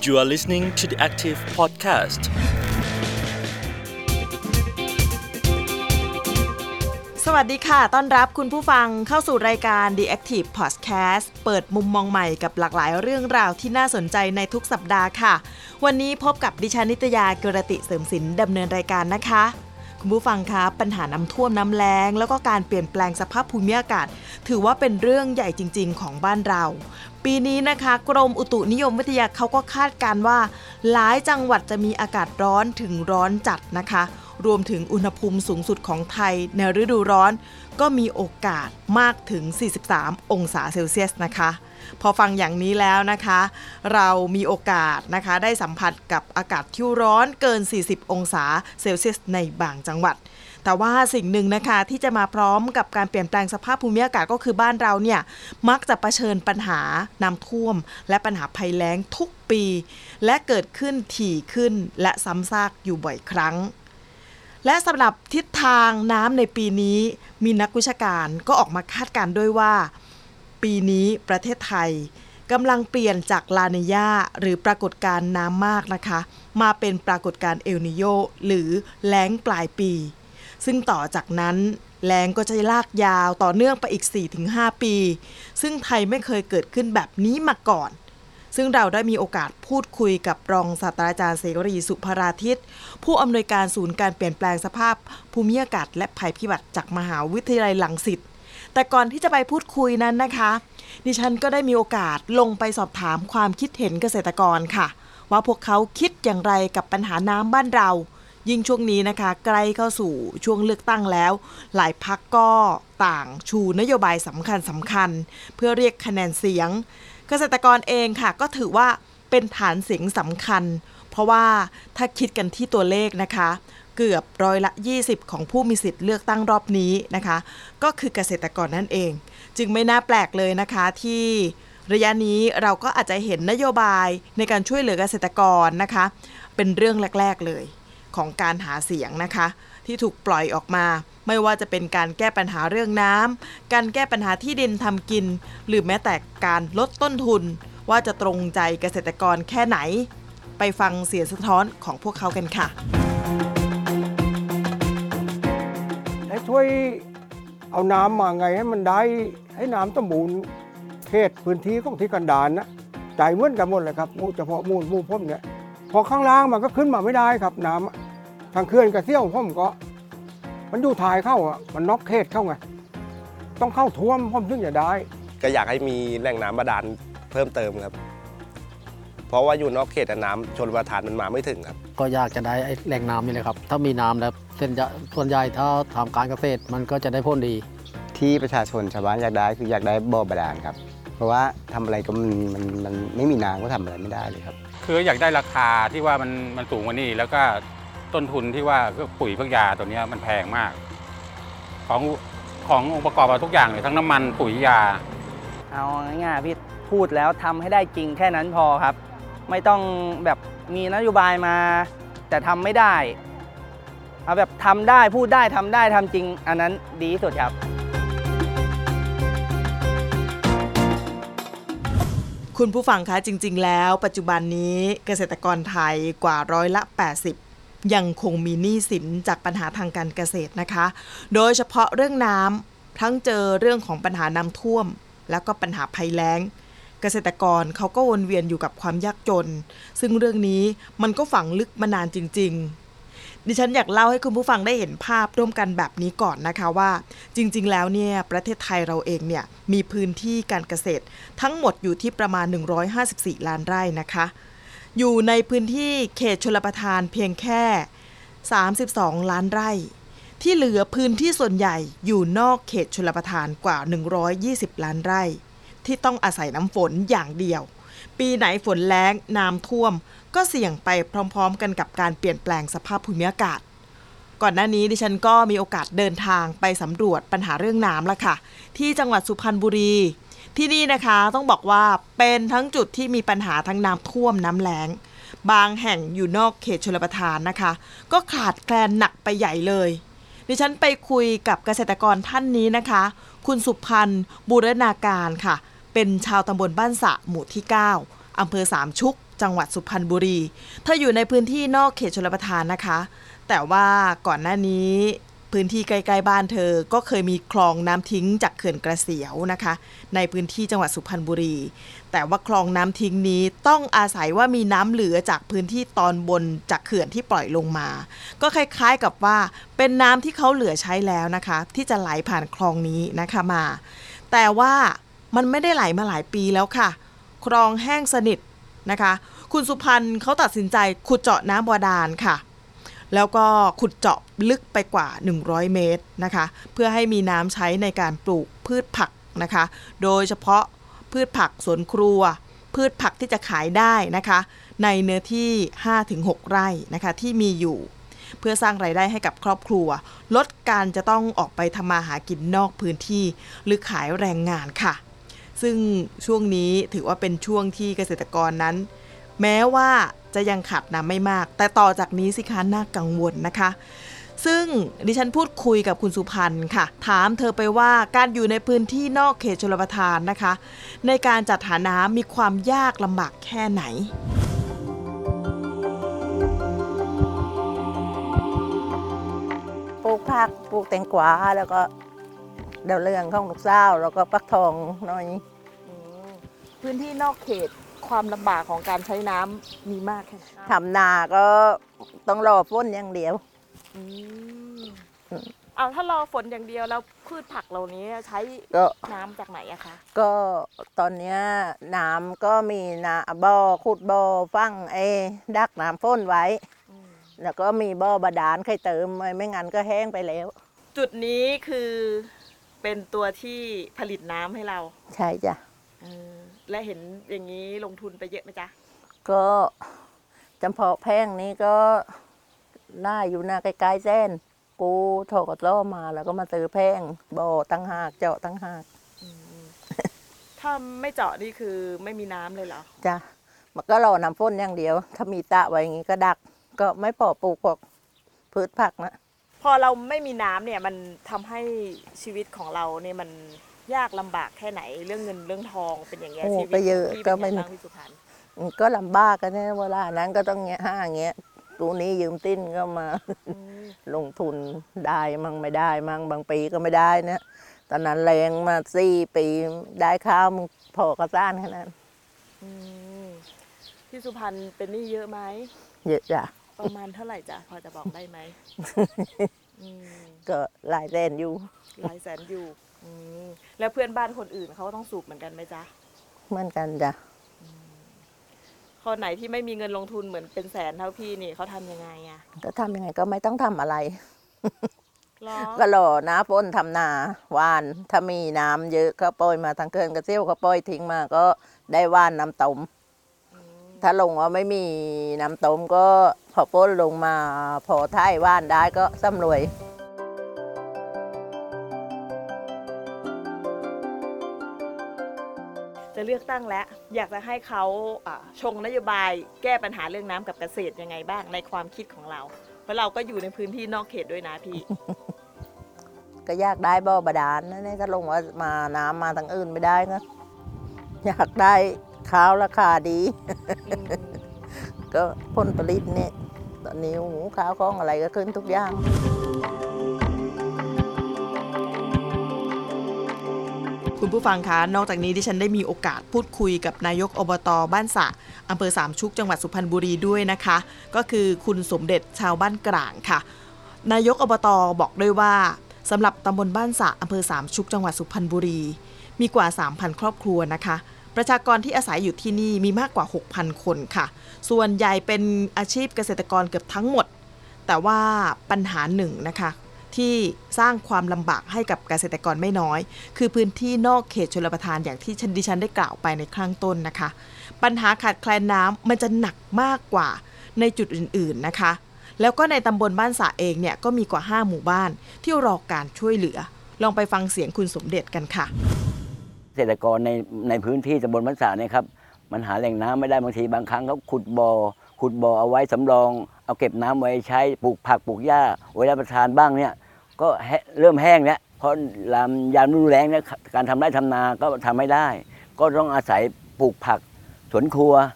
You are listening to the Active Podcast. สวัสดีค่ะต้อนรับคุณผู้ฟังเข้าสู่รายการ The Active Podcast เปิดมุมมองใหม่กับหลากหลายเรื่องราวที่น่าสนใจในทุกสัปดาห์ค่ะวันนี้พบกับดิฉันนิตยากิรติเสริมศิลป์ดำเนินรายการนะคะคุณผู้ฟังคะปัญหาน้ำท่วมน้ำแล้งแล้วก็การเปลี่ยนแปลงสภาพภูมิอากาศถือว่าเป็นเรื่องใหญ่จริงๆของบ้านเราปีนี้นะคะกรมอุตุนิยมวิทยาเขาก็คาดการณ์ว่าหลายจังหวัดจะมีอากาศร้อนถึงร้อนจัดนะคะรวมถึงอุณหภูมิสูงสุดของไทยในฤดูร้อนก็มีโอกาสมากถึง43องศาเซลเซียสนะคะพอฟังอย่างนี้แล้วนะคะเรามีโอกาสนะคะได้สัมผัสกับอากาศที่ร้อนเกิน40องศาเซลเซียสในบางจังหวัดแต่ว่าสิ่งหนึ่งนะคะที่จะมาพร้อมกับการเปลี่ยนแปลงสภาพภูมิอากาศก็คือบ้านเราเนี่ยมักจะเผชิญปัญหาน้ำท่วมและปัญหาภัยแล้งทุกปีและเกิดขึ้นถี่ขึ้นและซ้ำซากอยู่บ่อยครั้งและสำหรับทิศทางน้ำในปีนี้มีนักวิชาการก็ออกมาคาดการณ์ด้วยว่าปีนี้ประเทศไทยกำลังเปลี่ยนจากลานีญาหรือปรากฏการณ์น้ำมากนะคะมาเป็นปรากฏการณ์เอลนิโญหรือแล้งปลายปีซึ่งต่อจากนั้นแล้งก็จะลากยาวต่อเนื่องไปอีก 4-5 ปีซึ่งไทยไม่เคยเกิดขึ้นแบบนี้มาก่อนซึ่งเราได้มีโอกาสพูดคุยกับรองศาสตราจารย์เสรีสุภราทิตผู้อำนวยการศูนย์การเปลี่ยนแปลงสภาพภูมิอากาศและภัยพิบัติจากมหาวิทยาลัยรังสิตแต่ก่อนที่จะไปพูดคุยนั้นนะคะดิฉันก็ได้มีโอกาสลงไปสอบถามความคิดเห็นเกษตรกรค่ะว่าพวกเขาคิดอย่างไรกับปัญหาน้ำบ้านเรายิ่งช่วงนี้นะคะใกล้เข้าสู่ช่วงเลือกตั้งแล้วหลายพรรคก็ต่างชูนโยบายสำคัญเพื่อเรียกคะแนนเสียงเกษตรกรเองค่ะก็ถือว่าเป็นฐานเสียงสำคัญเพราะว่าถ้าคิดกันที่ตัวเลขนะคะเกือบ20%ของผู้มีสิทธิ์เลือกตั้งรอบนี้นะคะก็คือเกษตรกรนั่นเองจึงไม่น่าแปลกเลยนะคะที่ระยะนี้เราก็อาจจะเห็นนโยบายในการช่วยเหลือเกษตรกรนะคะเป็นเรื่องแรกๆเลยของการหาเสียงนะคะที่ถูกปล่อยออกมาไม่ว่าจะเป็นการแก้ปัญหาเรื่องน้ำการแก้ปัญหาที่ดินทำกินหรือแม้แต่การลดต้นทุนว่าจะตรงใจเกษตรกรแค่ไหนไปฟังเสียงสะท้อนของพวกเขากันค่ะให้ช่วยเอาน้ำมาไงให้มันได้ให้น้ำสมบูรณ์เขตพื้นที่ของที่กันดารนะใจเหมือนกันหมดเลยครับเฉพาะมูลพ่มเนี่ยพอข้างล่างมันก็ขึ้นมาไม่ได้ครับน้ำทางเขื่อนกระเซี่ยวพ่มก็มันอยู่ท้ายเข้าอ่ะมันน็อกเขตเข้าไงต้องเข้าท่วมพ่มถึงจะได้ก็อยากให้มีแหล่งน้ำบาดาลเพิ่มเติมครับเพราะว่าอยู่นอกเขตน้ำชลประทานมันมาไม่ถึงครับก็อยากจะได้แหล่งน้ำนี่เลยครับถ้ามีน้ำแล้วส่วนใหญ่ถ้าทำการเกษตรมันก็จะได้ผลดีที่ประชาชนชาวบ้านอยากได้คืออยากได้บ่อบาดาลครับเพราะว่าทำอะไรก็มันไม่มีน้ำก็ทำอะไรไม่ได้เลยครับคืออยากได้ราคาที่ว่ามันสูงกว่านี้แล้วก็ต้นทุนที่ว่าปุ๋ยพวกยาตัวนี้มันแพงมากขององค์ประกอบทุกอย่างเลยทั้งน้ำมันปุ๋ยยาเอาง่ายๆพี่พูดแล้วทำให้ได้จริงแค่นั้นพอครับไม่ต้องแบบมีนโยบายมาแต่ทำไม่ได้เอาแบบทำได้พูดได้ทำได้ทำจริงอันนั้นดีที่สุดครับคุณผู้ฟังคะจริงๆแล้วปัจจุบันนี้เกษตรกรไทยกว่า80%ยังคงมีหนี้สินจากปัญหาทางการเกษตรนะคะโดยเฉพาะเรื่องน้ำทั้งเจอเรื่องของปัญหาน้ำท่วมแล้วก็ปัญหาภัยแล้งเกษตรกรเขาก็วนเวียนอยู่กับความยากจนซึ่งเรื่องนี้มันก็ฝังลึกมานานจริงๆดิฉันอยากเล่าให้คุณผู้ฟังได้เห็นภาพร่วมกันแบบนี้ก่อนนะคะว่าจริงๆแล้วเนี่ยประเทศไทยเราเองเนี่ยมีพื้นที่การเกษตรทั้งหมดอยู่ที่ประมาณ154ล้านไร่นะคะอยู่ในพื้นที่เขตชลประทานเพียงแค่32ล้านไร่ที่เหลือพื้นที่ส่วนใหญ่อยู่นอกเขตชลประทานกว่า120ล้านไร่ที่ต้องอาศัยน้ำฝนอย่างเดียวปีไหนฝนแล้งน้ำท่วมก็เสี่ยงไปพร้อมๆกันกับการเปลี่ยนแปลงสภาพภูมิอากาศก่อนหน้านี้ดิฉันก็มีโอกาสเดินทางไปสำรวจปัญหาเรื่องน้ำละค่ะที่จังหวัดสุพรรณบุรีที่นี่นะคะต้องบอกว่าเป็นทั้งจุดที่มีปัญหาทั้งน้ำท่วมน้ำแล้งบางแห่งอยู่นอกเขตชลประทานนะคะก็ขาดแคลนหนักไปใหญ่เลยดิฉันไปคุยกับเกษตรกรท่านนี้นะคะคุณสุพรรณบูรณาการค่ะเป็นชาวตำบลบ้านสะหมู่ที่9อำเภอสามชุกจังหวัดสุพรรณบุรีเธออยู่ในพื้นที่นอกเขตชลประทานนะคะแต่ว่าก่อนหน้านี้พื้นที่ใกล้ๆบ้านเธอก็เคยมีคลองน้ำทิ้งจากเขื่อนกระเสียวนะคะในพื้นที่จังหวัดสุพรรณบุรีแต่ว่าคลองน้ำทิ้งนี้ต้องอาศัยว่ามีน้ำเหลือจากพื้นที่ตอนบนจากเขื่อนที่ปล่อยลงมาก็คล้ายๆกับว่าเป็นน้ำที่เขาเหลือใช้แล้วนะคะที่จะไหลผ่านคลองนี้นะคะมาแต่ว่ามันไม่ได้ไหลมาหลายปีแล้วค่ะคลองแห้งสนิทนะคะคุณสุพรรณเขาตัดสินใจขุดเจาะน้ำบาดาลค่ะแล้วก็ขุดเจาะลึกไปกว่า100เมตรนะคะเพื่อให้มีน้ำใช้ในการปลูกพืชผักนะคะโดยเฉพาะพืชผักสวนครัวพืชผักที่จะขายได้นะคะในเนื้อที่ 5-6 ไร่นะคะที่มีอยู่เพื่อสร้างรายได้ให้กับครอบครัวลดการจะต้องออกไปทำมาหากินนอกพื้นที่หรือขายแรงงานค่ะซึ่งช่วงนี้ถือว่าเป็นช่วงที่เกษตรกรนั้นแม้ว่าจะยังขาดน้ำไม่มากแต่ต่อจากนี้สิคะน่ากังวลนะคะซึ่งดิฉันพูดคุยกับคุณสุพรรณค่ะถามเธอไปว่าการอยู่ในพื้นที่นอกเขตชลประทานนะคะในการจัดหาน้ำมีความยากลำบากแค่ไหนปลูกผักปลูกแตงกวาแล้วก็ดาวเรืองข้องลูกสาวแล้วก็ปักทองหน่อยพื้นที่นอกเขตความลำบากของการใช้น้ำมีมากแค่ไหนทำนาก็ต้องรอฝนอย่างเดียวเอาถ้ารอฝนอย่างเดียวแล้วพืชผักเหล่านี้ใช้น้ำจากไหนอะคะก็ตอนนี้น้ำก็มีนาบ่อขุดบ่อฟังดักน้ำฝนไว้แล้วก็มีบ่อบาดาลใครเติมไม่งั้นก็แห้งไปแล้วจุดนี้คือเป็นตัวที่ผลิตน้ำให้เราใช่จ้ะและเห็นอย่างนี้ลงทุนไปเยอะไหมจ๊ะก็จำเพาะแพงนี้ก็น่าอยู่หน้าใกล้ๆเส้นกูโทรกดล้อมาแล้วก็มาซื้อแพงบ่อตั้งหากเจาะตั้งหากถ้าไม่เจาะนี่คือไม่มีน้ำเลยเหรอจ้ะมันก็รอน้ำฝนอย่างเดียวถ้ามีตะไว้อย่างนี้ก็ดักก็ไม่พอปลูกพวกพืชผักนะพอเราไม่มีน้ำเนี่ยมันทำให้ชีวิตของเราเนี่ยมันยากลำบากแค่ไหนเรื่องเงินเรื่องทองเป็นอย่างเงี้ยชีวิตที่เป็นอย่างที่สุพรรณก็ลำบากกันเนี่ยเวลานั้นก็ต้องเงี้ยเงี้ยตัวนี้ยืมติ้นก็มาลงทุนได้มั่งไม่ได้มั่งบางปีก็ไม่ได้นะตอนนั้นแรงมา4 ปีได้ข้าวมึงพอกระซ่านแค่นั้นที่สุพรรณเป็นหนี้เยอะไหมเยอะจ้ะประมาณเท่าไหร่จ้ะพอจะบอกได้ไหมก็หลายแสนอยู่แล้วเพื่อนบ้านคนอื่นเขาต้องสูบเหมือนกันไหมจ๊ะเหมือนกันจ้ะคนไหนที่ไม่มีเงินลงทุนเหมือนเป็นแสนเท่าพี่นี่เขาทำยังไงอะก็ทำยังไงก็ไม่ต้องทำอะไรก็รอน้าฝนทำนาว่านถ้ามีน้ำเยอะก็ปล่อยมาทางเกินกระเซี่ยวก็ปล่อยทิ้งมาก็ได้ว่านน้ำต้มถ้าลงว่าไม่มีน้ำต้มก็พอป้นลงมาพอท้ายว่านได้ก็สำรวยจะเลือกตั้งแล้วอยากจะให้เขาชงนโยบายแก้ปัญหาเรื่องน้ำกับเกษตรยังไงบ้างในความคิดของเราเพราะเราก็อยู่ในพื้นที่นอกเขตด้วยนะพี่ก็อยากได้บ่อบาดาลนะถ้าลงว่ามาน้ำมาทางอื่นไม่ได้นะอยากได้ข้าวราคาดี ก็ผลผลิตเนี่ยตอนนี้หมูข้าวของอะไรก็ขึ้นทุกอย่างคุณผู้ฟังคะนอกจากนี้ดิฉันได้มีโอกาสพูดคุยกับนายกอบต.บ้านสะอำเภอสามชุกจังหวัดสุพรรณบุรีด้วยนะคะก็คือคุณสมเด็จชาวบ้านกลางค่ะนายกอบต.บอกด้วยว่าสำหรับตำบลบ้านสะอำเภอสามชุกจังหวัดสุพรรณบุรีมีกว่า 3,000 ครอบครัวนะคะประชากรที่อาศัยอยู่ที่นี่มีมากกว่า 6,000 คนค่ะส่วนใหญ่เป็นอาชีพเกษตรกรเกือบทั้งหมดแต่ว่าปัญหาหนึ่งนะคะที่สร้างความลำบากให้กับเกษตรกรไม่น้อยคือพื้นที่นอกเขตชลประทานอย่างที่ดิฉันได้กล่าวไปในข้างต้นนะคะปัญหาขาดแคลนน้ำมันจะหนักมากกว่าในจุดอื่นๆนะคะแล้วก็ในตำบลบ้านสะเองเนี่ยก็มีกว่า5หมู่บ้านที่รอการช่วยเหลือลองไปฟังเสียงคุณสมเด็จกันค่ะเกษตรกรในพื้นที่ตำบลบ้านสะเนี่ยครับมันหาแหล่งน้ำไม่ได้บางทีบางครั้งเขาขุดบ่อเอาไว้สำรองเอาเก็บน้ำไว้ใช้ปลูกผักปลูกหญ้าไว้รับประทานบ้างเนี่ยก็เริ่มแห้งแล้วเพราะยามฤดูแล้งเนี่ยการทำไร่ทำนาก็ทำไม่ได้ก็ต้องอาศัยปลูกผักสวนครัว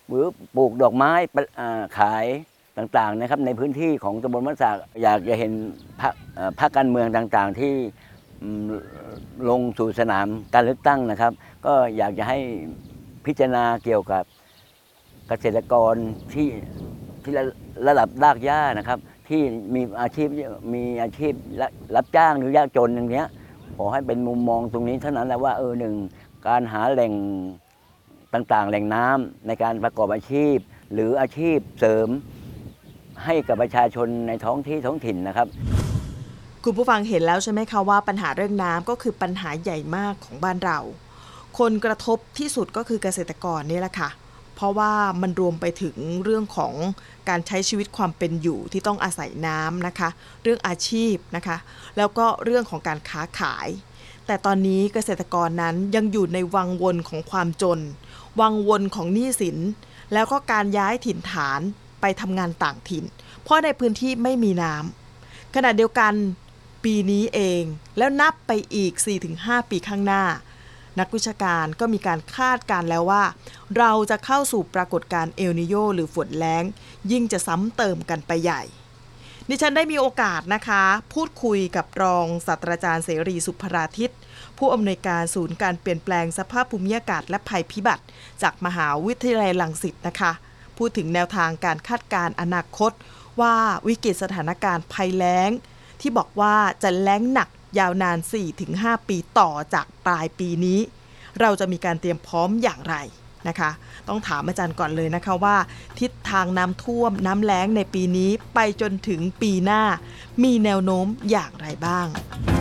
หรือปลูกดอกไม้ขายต่างๆนะครับในพื้นที่ของตำบลบ้านสากอยากจะเห็นพรรคการเมืองต่างๆที่ลงสู่สนามการเลือกตั้งนะครับก็อยากจะให้พิจารณาเกี่ยวกับเกษตรกรที่ระดับรากหญ้านะครับที่มีอาชีพรับจ้างหรือยากจนอย่างเงี้ยขอให้เป็นมุมมองตรงนี้เท่านั้นแหละว่าหนึ่งการหาแหล่งต่างๆแหล่งน้ำในการประกอบอาชีพหรืออาชีพเสริมให้กับประชาชนในท้องถิ่นนะครับคุณผู้ฟังเห็นแล้วใช่ไหมคะว่าปัญหาเรื่องน้ำก็คือปัญหาใหญ่มากของบ้านเราคนกระทบที่สุดก็คือเกษตรกรนี่แหละค่ะเพราะว่ามันรวมไปถึงเรื่องของการใช้ชีวิตความเป็นอยู่ที่ต้องอาศัยน้ำนะคะเรื่องอาชีพนะคะแล้วก็เรื่องของการค้าขายแต่ตอนนี้เกษตรกรนั้นยังอยู่ในวังวนของความจนวังวนของหนี้สินแล้วก็การย้ายถิ่นฐานไปทำงานต่างถิ่นเพราะในพื้นที่ไม่มีน้ำขณะเดียวกันปีนี้เองแล้วนับไปอีก 4-5 ปีข้างหน้านักวิชาการก็มีการคาดการณ์แล้วว่าเราจะเข้าสู่ปรากฏการณ์เอลนิโญหรือฝนแล้งยิ่งจะซ้ำเติมกันไปใหญ่ดิฉันได้มีโอกาสนะคะพูดคุยกับรองศาสตราจารย์เสรีสุภราทิตผู้อำนวยการศูนย์การเปลี่ยนแปลงสภาพภูมิอากาศและภัยพิบัติจากมหาวิทยาลัยรังสิตนะคะพูดถึงแนวทางการคาดการณ์อนาคตว่าวิกฤตสถานการณ์ภัยแล้งที่บอกว่าจะแล้งหนักยาวนาน 4-5 ปีต่อจากปลายปีนี้เราจะมีการเตรียมพร้อมอย่างไรนะคะต้องถามอาจารย์ก่อนเลยนะคะว่าทิศทางน้ำท่วมน้ำแล้งในปีนี้ไปจนถึงปีหน้ามีแนวโน้มอย่างไรบ้าง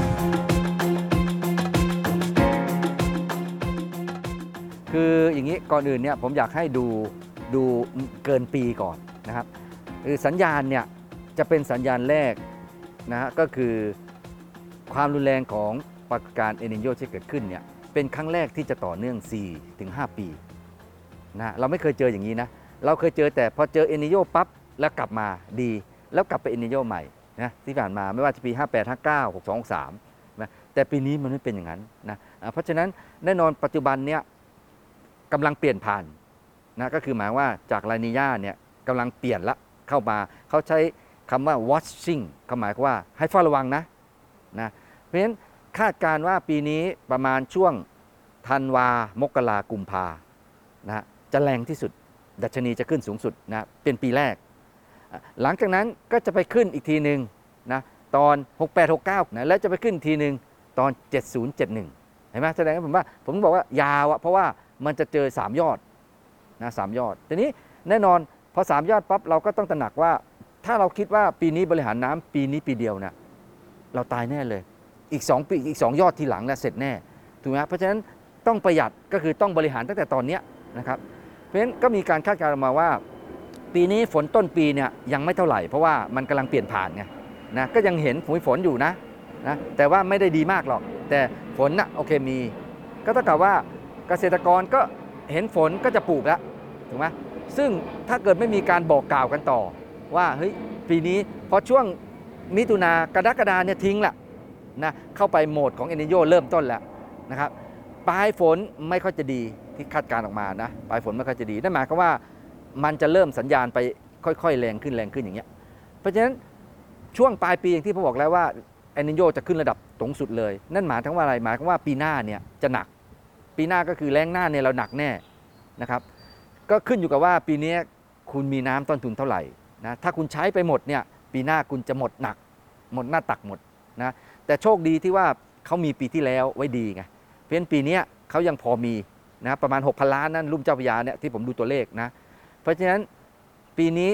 คืออย่างนี้ก่อนอื่นเนี่ยผมอยากให้ดูเกินปีก่อนนะครับคือสัญญาณเนี่ยจะเป็นสัญญาณแรกนะฮะก็คือความรุนแรงของปรากฏการณ์เอลนิโญที่เกิดขึ้นเนี่ยเป็นครั้งแรกที่จะต่อเนื่อง 4-5 ปีนะเราไม่เคยเจออย่างนี้นะเราเคยเจอแต่พอเจอเอลนิโญปั๊บแล้วกลับมาดีแล้วกลับไปเอลนิโญใหม่นะที่ผ่านมาไม่ว่าจะปี 58 59 62 63นะแต่ปีนี้มันไม่เป็นอย่างนั้นนะเพราะฉะนั้นแน่นอนปัจจุบันเนี่ยกำลังเปลี่ยนผ่านนะก็คือหมายว่าจากลานีญาเนี่ยกำลังเปลี่ยนละเข้ามาเขาใช้คำว่า watching เขาหมายความว่าให้เฝ้าระวังนะเพราะฉะนั้นคาดการณ์ว่าปีนี้ประมาณช่วงธันวามกรากุมภานะจะแรงที่สุดดัชนีจะขึ้นสูงสุดนะเป็นปีแรกหลังจากนั้นก็จะไปขึ้นอีกทีหนึ่งนะตอน 68-69 นะแล้วจะไปขึ้นทีหนึ่งตอน 70-71 เห็นไหมแสดงว่าผมบอกว่ายาวเพราะว่ามันจะเจอ3ยอดนะ3ยอดทีนี้แน่นอนพอ3ยอดปั๊บเราก็ต้องตระหนักว่าถ้าเราคิดว่าปีนี้บริหารน้ำปีนี้ปีเดียวนะเราตายแน่เลยอีก2ปีอีก2ยอดทีหลังแล้วเสร็จแน่ถูกไหมเพราะฉะนั้นต้องประหยัดก็คือต้องบริหารตั้งแต่ตอนนี้นะครับเพราะฉะนั้นก็มีการคาดการณ์ออกมาว่าปีนี้ฝนต้นปีเนี่ยยังไม่เท่าไหร่เพราะว่ามันกำลังเปลี่ยนผ่านไงนะก็ยังเห็นฝนอยู่นะแต่ว่าไม่ได้ดีมากหรอกแต่ฝนนะโอเคมีก็เท่ากับว่าเกษตรกรก็เห็นฝนก็จะปลูกแล้วถูกไหมซึ่งถ้าเกิดไม่มีการบอกกล่าวกันต่อว่าเฮ้ยปีนี้พอช่วงมิถุนากรกฎาเนี่ยทิ้งละนะเข้าไปโหมดของเอลนิโญเริ่มต้นแล้วนะครับปลายฝนไม่ค่อยจะดีที่คาดการณ์ออกมานะปลายฝนไม่ค่อยจะดีนั่นหมายความว่ามันจะเริ่มสัญญาณไปค่อยๆแรงขึ้นอย่างเงี้ยเพราะฉะนั้นช่วงปลายปีอย่างที่ผมบอกแล้วว่าเอลนิโญจะขึ้นระดับสูงสุดเลยนั่นหมายถึงว่าอะไรหมายถึงว่าปีหน้าเนี่ยจะหนักปีหน้าก็คือแล้งหน้าเนี่ยเราหนักแน่นะครับก็ขึ้นอยู่กับว่าปีนี้คุณมีน้ำต้นทุนเท่าไหร่นะถ้าคุณใช้ไปหมดเนี่ยปีหน้าคุณจะหมดหนักหมดหน้าตักหมดนะแต่โชคดีที่ว่าเขามีปีที่แล้วไว้ดีไงเพราะฉะนั้นปีนี้เขายังพอมีนะประมาณ 6,000 ล้านนั่นลุ่มเจ้าพระยาเนี่ยที่ผมดูตัวเลขนะเพราะฉะนั้นปีนี้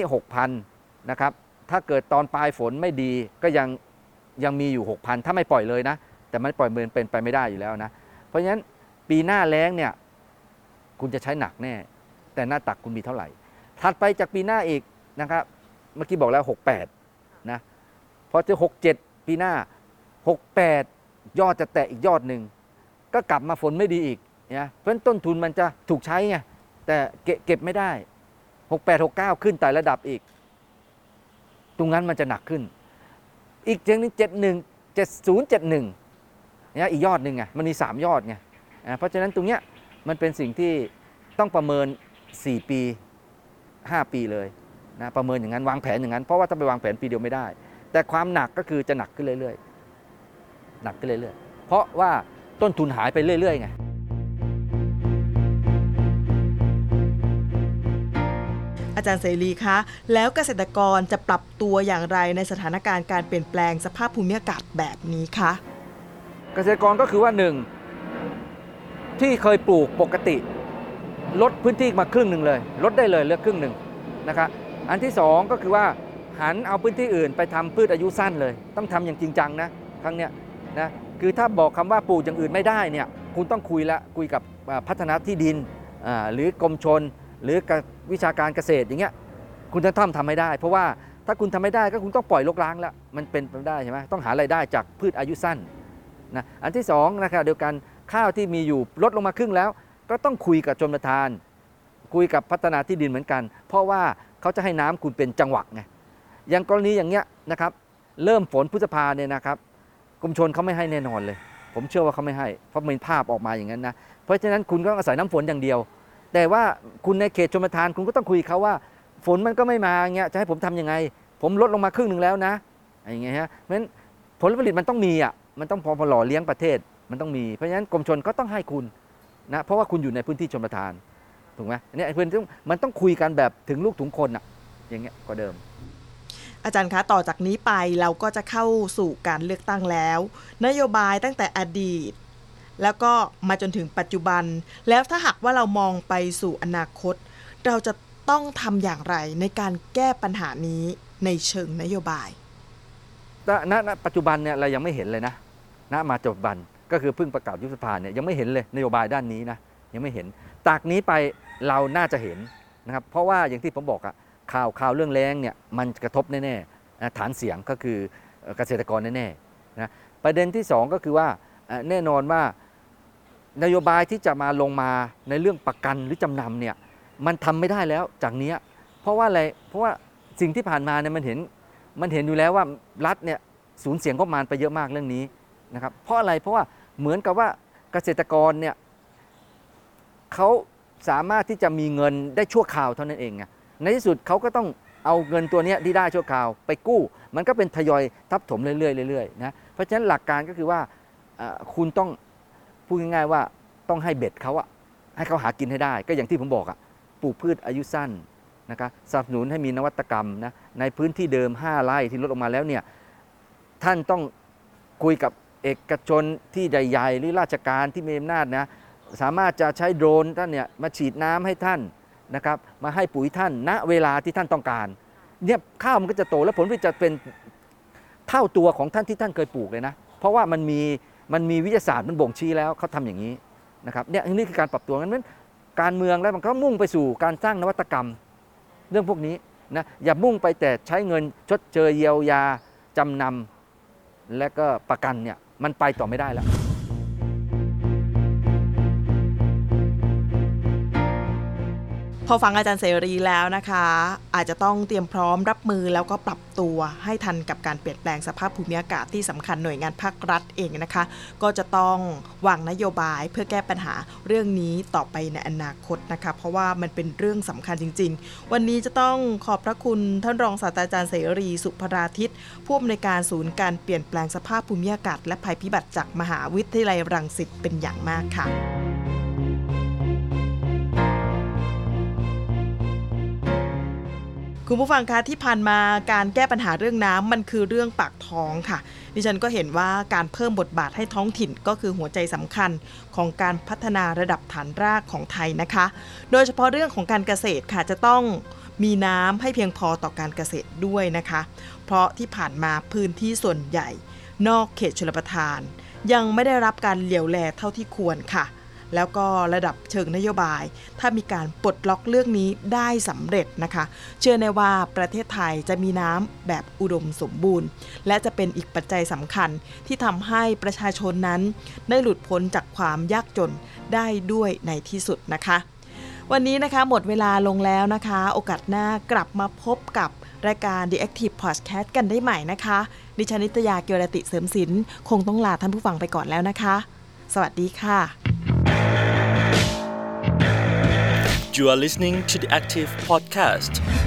6,000 นะครับถ้าเกิดตอนปลายฝนไม่ดีก็ยังมีอยู่ 6,000 ถ้าไม่ปล่อยเลยนะแต่มันปล่อยเป็นไปไม่ได้อยู่แล้วนะเพราะฉะนั้นปีหน้าแล้งเนี่ยคุณจะใช้หนักแน่แต่หน้าตักคุณมีเท่าไหร่ถัดไปจากปีหน้าอีกนะครับเมื่อกี้บอกแล้ว68นะพอจะ67ปีหน้า68ยอดจะแตะอีกยอดหนึ่งก็กลับมาฝนไม่ดีอีกนะเพราะฉะนั้นต้นทุนมันจะถูกใช้ไงแต่เก็บไม่ได้68-69ขึ้นไต่ระดับอีกตรงนั้นมันจะหนักขึ้นอีกเรื่องนึง70-71เนี่ยอีกยอดหนึ่งไงมันมี3ยอดไงเพราะฉะนั้นตรงเนี้ยมันเป็นสิ่งที่ต้องประเมิน4ปี 5 ปีเลยนะประเมินอย่างนั้นวางแผนอย่างนั้นเพราะว่าถ้าไปวางแผนปีเดียวไม่ได้แต่ความหนักก็คือจะหนักขึ้นเรื่อยๆหนักขึ้นเรื่อยๆเพราะว่าต้นทุนหายไปเรื่อยๆไงอาจารย์เสรีคะแล้วเกษตรกรจะปรับตัวอย่างไรในสถานการณ์การเปลี่ยนแปลงสภาพภูมิอากาศแบบนี้คะเกษตรกรก็คือว่า1ที่เคยปลูกปกติลดพื้นที่มาครึ่งหนึ่งเลยลดได้เลยเหลือครึ่งหนึ่งนะครับอันที่2ก็คือว่าหันเอาพื้นที่อื่นไปทำพืชอายุสั้นเลยต้องทำอย่างจริงจังนะครั้งเนี้ยนะคือถ้าบอกคำว่าปลูกอย่างอื่นไม่ได้เนี่ยคุณต้องคุยกับพัฒนาที่ดินหรือกรมชลหรือวิชาการเกษตรอย่างเงี้ยคุณจะทำไม่ได้เพราะว่าถ้าคุณทำไม่ได้ก็คุณต้องปล่อยรกร้างแล้วมันเป็นไปไม่ได้ใช่ไหมต้องหารายได้จากพืชอายุสั้นนะอันที่2นะครับเดียวกันข้าวที่มีอยู่ลดลงมาครึ่งแล้วก็ต้องคุยกับชลประทานคุยกับพัฒนาที่ดินเหมือนกันเพราะว่าเขาจะให้น้ำคุณเป็นจังหวะไงอย่างกรณีอย่างเงี้ยนะครับเริ่มฝนพฤษภาเนี่ยนะครับกรมชลเขาไม่ให้แน่นอนเลยผมเชื่อว่าเขาไม่ให้เพราะมีภาพออกมาอย่างนั้นนะเพราะฉะนั้นคุณก็อาศัยน้ำฝนอย่างเดียวแต่ว่าคุณในเขตชลประทานคุณก็ต้องคุยเขาว่าฝนมันก็ไม่มาเงี้ยจะให้ผมทำยังไงผมลดลงมาครึ่งหนึ่งแล้วนะอย่างเงี้ยฮะเพราะฉะนั้นผลผลิตมันต้องมีมันต้องพอหล่อเลี้ยงประเทศมันต้องมีเพราะฉะนั้นกรมชลก็ต้องให้คุณนะเพราะว่าคุณอยู่ในพื้นที่ชลประทานถูกไหมอันนี้มันต้องคุยกันแบบถึงลูกถึงคนอย่างเงี้ยก็เดิมอาจารย์คะต่อจากนี้ไปเราก็จะเข้าสู่การเลือกตั้งแล้วนโยบายตั้งแต่อดีตแล้วก็มาจนถึงปัจจุบันแล้วถ้าหากว่าเรามองไปสู่อนาคตเราจะต้องทำอย่างไรในการแก้ปัญหานี้ในเชิงนโยบายณปัจจุบันเนี่ยเรายังไม่เห็นเลยนะมาปัจจุบันก็คือเพิ่งประกาศยุบสภาเนี่ยยังไม่เห็นเลยนโยบายด้านนี้นะยังไม่เห็นจากนี้ไปเราน่าจะเห็นนะครับเพราะว่าอย่างที่ผมบอกข่าวเรื่องแล้งเนี่ยมันกระทบแน่ๆฐานเสียงก็คือเกษตรกรแน่ๆนะประเด็นที่2ก็คือว่าแน่นอนว่านโยบายที่จะมาลงมาในเรื่องประกันหรือจำนำเนี่ยมันทำไม่ได้แล้วจากนี้เพราะว่าอะไรเพราะว่าสิ่งที่ผ่านมาเนี่ยมันเห็นอยู่แล้วว่ารัฐเนี่ยสูญเสียงงบประมาณไปเยอะมากเรื่องนี้นะครับเพราะอะไรเพราะว่าเหมือนกับว่าเกษตรกรเนี่ยเขาสามารถที่จะมีเงินได้ชั่วคราวเท่านั้นเองในที่สุดเขาก็ต้องเอาเงินตัวนี้ที่ได้ชั่วคราวไปกู้มันก็เป็นทยอยทับถมเรื่อยๆนะเพราะฉะนั้นหลักการก็คือว่าคุณต้องพูดง่ายๆว่าต้องให้เบ็ดเขาให้เขาหากินให้ได้ก็อย่างที่ผมบอกปลูกพืชอายุสั้นนะครับสนับสนุนให้มีนวัตกรรมนะในพื้นที่เดิม5 ไร่ที่ลดออกมาแล้วเนี่ยท่านต้องคุยกับเอกชนที่ใหญ่ๆหรือราชการที่มีอำนาจนะสามารถจะใช้โดรนท่านเนี่ยมาฉีดน้ำให้ท่านนะครับมาให้ปุ๋ยท่านณเวลาที่ท่านต้องการเนี่ยข้าวมันก็จะโตและผลผลิตจะเป็นเท่าตัวของท่านที่ท่านเคยปลูกเลยนะเพราะว่ามันมีวิทยาศาสตร์มันบ่งชี้แล้วเขาทำอย่างนี้นะครับเนี่ยนี่คือการปรับตัวงั้นการเมืองแล้วมันก็มุ่งไปสู่การสร้างนวัตกรรมเรื่องพวกนี้นะอย่ามุ่งไปแต่ใช้เงินชดเชยเยียวยาจำนำและก็ประกันเนี่ยมันไปต่อไม่ได้แล้วพอฟังอาจารย์เสรีแล้วนะคะอาจจะต้องเตรียมพร้อมรับมือแล้วก็ปรับตัวให้ทันกับการเปลี่ยนแปลงสภาพภูมิอากาศที่สำคัญหน่วยงานภาครัฐเองนะคะก็จะต้องวางนโยบายเพื่อแก้ปัญหาเรื่องนี้ต่อไปในอนาคตนะคะเพราะว่ามันเป็นเรื่องสำคัญจริงๆวันนี้จะต้องขอบพระคุณท่านรองศาสตราจารย์เสรีสุภราทิตผู้อำนวยการศูนย์การเปลี่ยนแปลงสภาพภูมิอากาศและภัยพิบัติจากมหาวิทยาลัยรังสิตเป็นอย่างมากค่ะคุณผู้ฟังคะที่ผ่านมาการแก้ปัญหาเรื่องน้ำมันคือเรื่องปากท้องค่ะดิฉันก็เห็นว่าการเพิ่มบทบาทให้ท้องถิ่นก็คือหัวใจสำคัญของการพัฒนาระดับฐานรากของไทยนะคะโดยเฉพาะเรื่องของการเกษตรค่ะจะต้องมีน้ำให้เพียงพอต่อการเกษตรด้วยนะคะเพราะที่ผ่านมาพื้นที่ส่วนใหญ่นอกเขตชลประทานยังไม่ได้รับการเหลียวแลเท่าที่ควรค่ะแล้วก็ระดับเชิงนโยบายถ้ามีการปลดล็อกเรื่องนี้ได้สำเร็จนะคะเชื่อแน่ว่าประเทศไทยจะมีน้ำแบบอุดมสมบูรณ์และจะเป็นอีกปัจจัยสำคัญที่ทำให้ประชาชนนั้นได้หลุดพ้นจากความยากจนได้ด้วยในที่สุดนะคะวันนี้นะคะหมดเวลาลงแล้วนะคะโอกาสหน้ากลับมาพบกับรายการ The Active Podcast กันได้ใหม่นะคะดิฉันนิตยา เกียรติเสริมศิลป์คงต้องลาท่านผู้ฟังไปก่อนแล้วนะคะสวัสดีค่ะ You are listening to the Active Podcast.